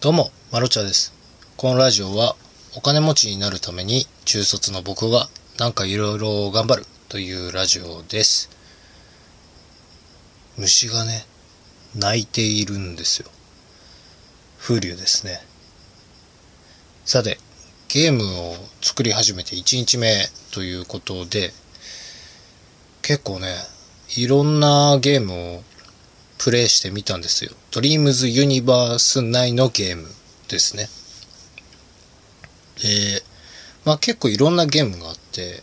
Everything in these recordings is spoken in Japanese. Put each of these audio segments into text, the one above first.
どうも、まろちゃです。このラジオはお金持ちになるために中卒の僕がなんかいろいろ頑張るというラジオです。虫がね、鳴いているんですよ。風流ですね。さて、ゲームを作り始めて1日目ということで、結構ね、いろんなゲームをプレイしてみたんですよ。ドリームズユニバース内のゲームですね。で、結構いろんなゲームがあって、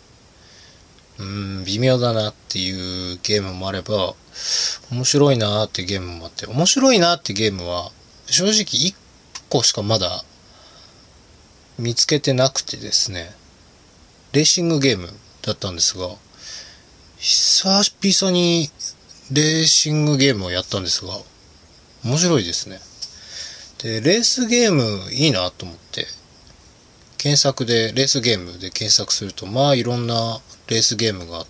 微妙だなっていうゲームもあれば、面白いなってゲームもあって、面白いなってゲームは正直1個しかまだ見つけてなくてですね、レーシングゲームだったんですが、久々にレーシングゲームをやったんですが、面白いですね。で、レースゲームいいなと思って、検索で、レースゲームで検索すると、いろんなレースゲームがあって、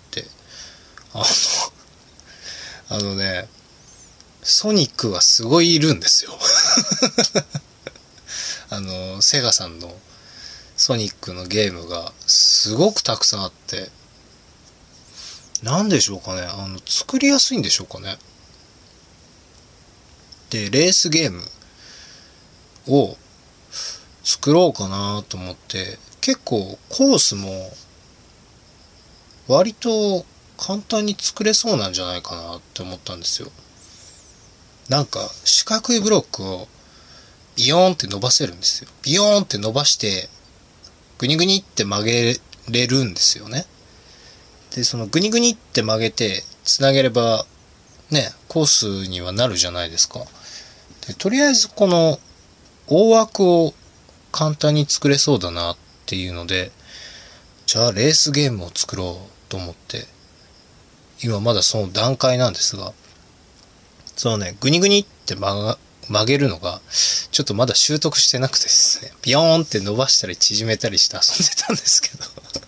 あのね、ソニックがすごいいるんですよ。セガさんのソニックのゲームがすごくたくさんあって、なんでしょうかね、作りやすいんでしょうかね。で、レースゲームを作ろうかなと思って、結構コースも割と簡単に作れそうなんじゃないかなって思ったんですよ。なんか四角いブロックをビヨーンって伸ばせるんですよ。ビヨーンって伸ばしてグニグニって曲げれるんですよね。で、そのグニグニって曲げてつなげればね、コースにはなるじゃないですか。で、とりあえずこの大枠を簡単に作れそうだなっていうので、じゃあレースゲームを作ろうと思って、今まだその段階なんですが、そのね、グニグニって曲げるのがちょっとまだ習得してなくてですね、ビヨーンって伸ばしたり縮めたりして遊んでたんですけど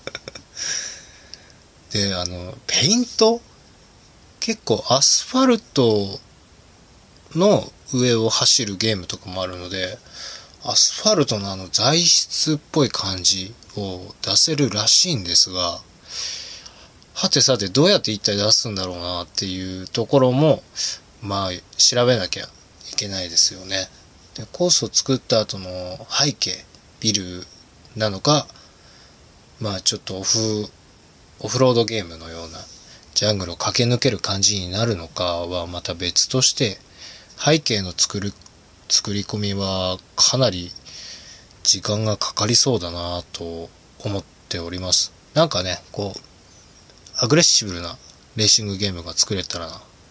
で、ペイント結構アスファルトの上を走るゲームとかもあるので、アスファルトの材質っぽい感じを出せるらしいんですが、はてさてどうやって一体出すんだろうなっていうところも調べなきゃいけないですよね。で、コースを作った後の背景、ビルなのか、ちょっとオフロードゲームのようなジャングルを駆け抜ける感じになるのかはまた別として、背景の作り込みはかなり時間がかかりそうだなと思っております。なんかね、アグレッシブルなレーシングゲームが作れたら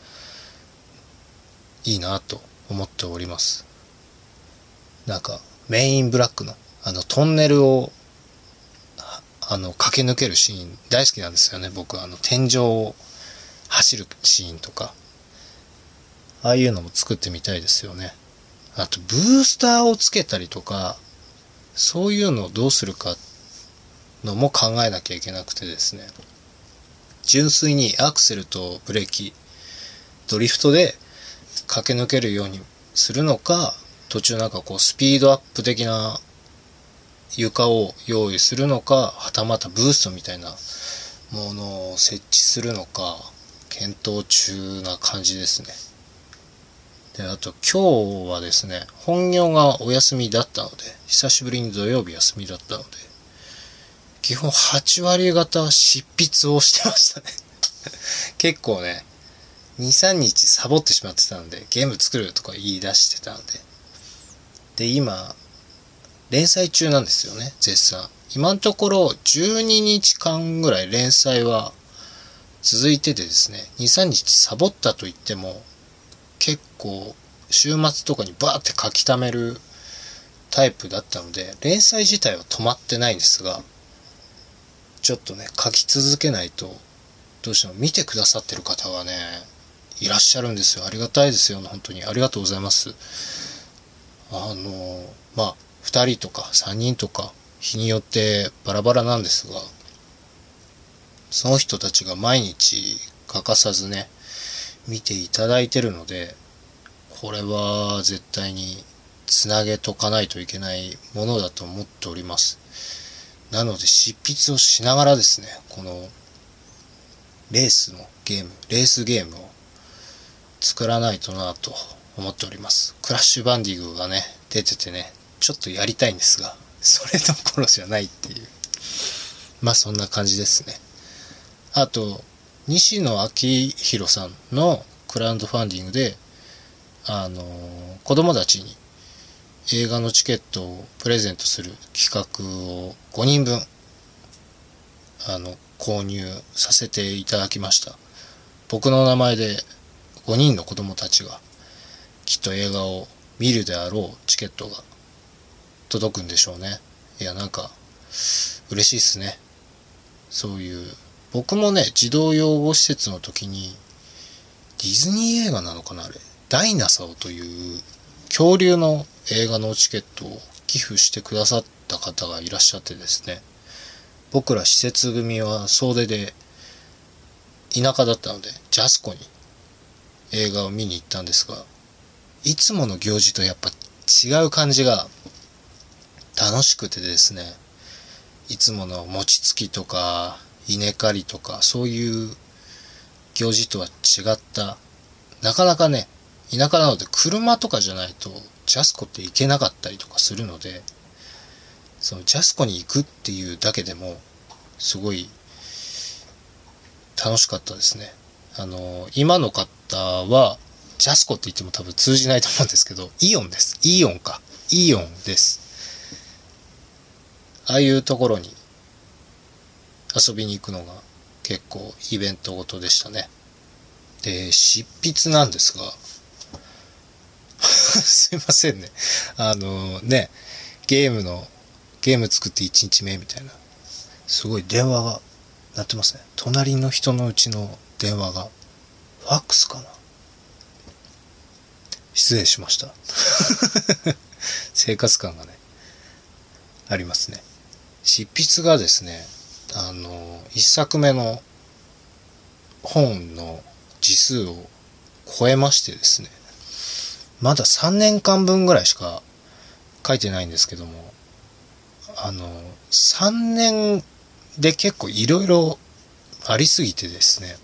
いいなと思っております。なんかメインブラックのトンネルを駆け抜けるシーン大好きなんですよね。僕天井を走るシーンとか、ああいうのも作ってみたいですよね。あとブースターをつけたりとか、そういうのをどうするかのも考えなきゃいけなくてですね、純粋にアクセルとブレーキ、ドリフトで駆け抜けるようにするのか、途中スピードアップ的な床を用意するのか、はたまたブーストみたいなものを設置するのか、検討中な感じですね。で、あと今日はですね、本業がお休みだったので、久しぶりに土曜日休みだったので、基本8割方執筆をしてましたね。結構ね、2、3日サボってしまってたんで、ゲーム作るとか言い出してたんで。で、今、連載中なんですよね、絶賛。今のところ12日間ぐらい連載は続いててですね、2、3日サボったと言っても、結構週末とかにバーって書き溜めるタイプだったので、連載自体は止まってないんですが、ちょっとね、書き続けないと、どうしても見てくださってる方がね、いらっしゃるんですよ。ありがたいですよ、本当に。ありがとうございます。2人とか3人とか、日によってバラバラなんですが、その人たちが毎日欠かさずね、見ていただいてるので、これは絶対につなげとかないといけないものだと思っております。なので執筆をしながらですね、このレースゲームを作らないとなと思っております。クラッシュバンディングがね出ててね、ちょっとやりたいんですが、それどころじゃないっていう、まあそんな感じですね。あと西野昭弘さんのクラウドファンディングで子供たちに映画のチケットをプレゼントする企画を5人分購入させていただきました。僕の名前で5人の子供たちがきっと映画を見るであろうチケットが届くんでしょうね。いや、なんか嬉しいですね。そういう、僕もね、児童養護施設の時にディズニー映画なのかな、あれダイナソーという恐竜の映画のチケットを寄付してくださった方がいらっしゃってですね、僕ら施設組は総出で田舎だったのでジャスコに映画を見に行ったんですが、いつもの行事とやっぱ違う感じが楽しくてですね、いつもの餅つきとか稲刈りとかそういう行事とは違った、なかなかね田舎なので車とかじゃないとジャスコって行けなかったりとかするので、そのジャスコに行くっていうだけでもすごい楽しかったですね。今の方はジャスコって言っても多分通じないと思うんですけど、イオンです。イオンです。ああいうところに遊びに行くのが結構イベントごとでしたね。で、執筆なんですがすいませんね。ゲーム作って1日目みたいな、すごい電話が鳴ってますね。隣の人のうちの電話がファックスかな。失礼しました生活感がねありますね。執筆がですね、一作目の本の字数を超えましてですね、まだ3年間分ぐらいしか書いてないんですけども、3年で結構いろいろありすぎてですね、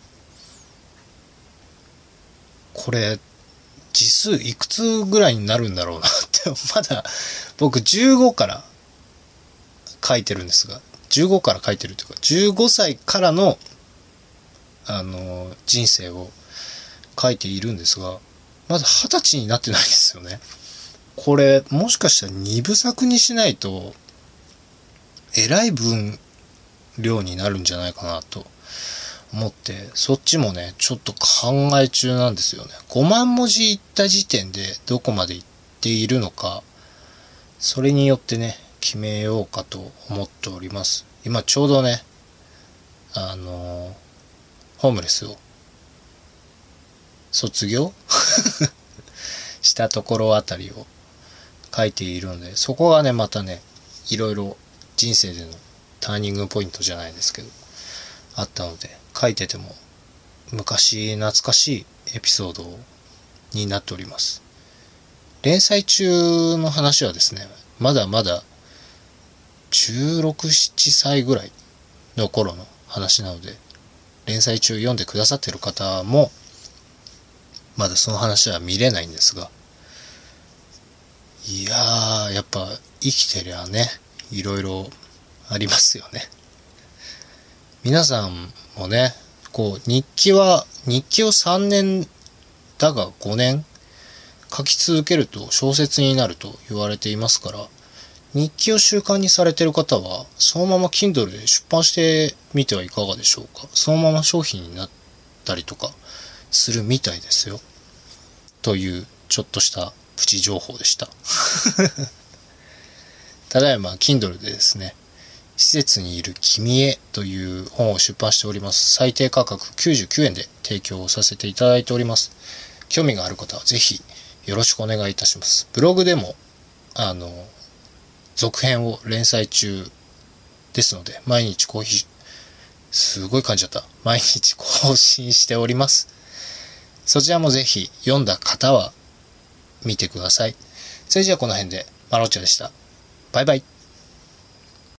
これ字数いくつぐらいになるんだろうなってまだ僕15から書いてるんですが、15から書いてるというか15歳からの人生を書いているんですが、まだ20歳になってないんですよね。これもしかしたら2部作にしないとえらい分量になるんじゃないかなと思って、そっちもねちょっと考え中なんですよね。5万文字いった時点でどこまでいっているのか、それによってね決めようかと思っております。今ちょうどねホームレスを卒業したところあたりを書いているので、そこがねまたねいろいろ人生でのターニングポイントじゃないですけどあったので、書いてても昔懐かしいエピソードになっております。連載中の話はですね、まだまだ16、17歳ぐらいの頃の話なので、連載中読んでくださっている方もまだその話は見れないんですが、いやーやっぱ生きてりゃねいろいろありますよね。皆さんもねこう日記を3年だが5年書き続けると小説になると言われていますから、日記を習慣にされている方はそのまま Kindle で出版してみてはいかがでしょうか。そのまま商品になったりとかするみたいですよ、というちょっとしたプチ情報でしたただいま Kindle でですね、施設にいる君へという本を出版しております。最低価格99円で提供させていただいております。興味がある方はぜひよろしくお願いいたします。ブログでも続編を連載中ですので、毎日毎日更新しております。そちらもぜひ読んだ方はみてください。それじゃあこの辺で、マロッチョでした。バイバイ。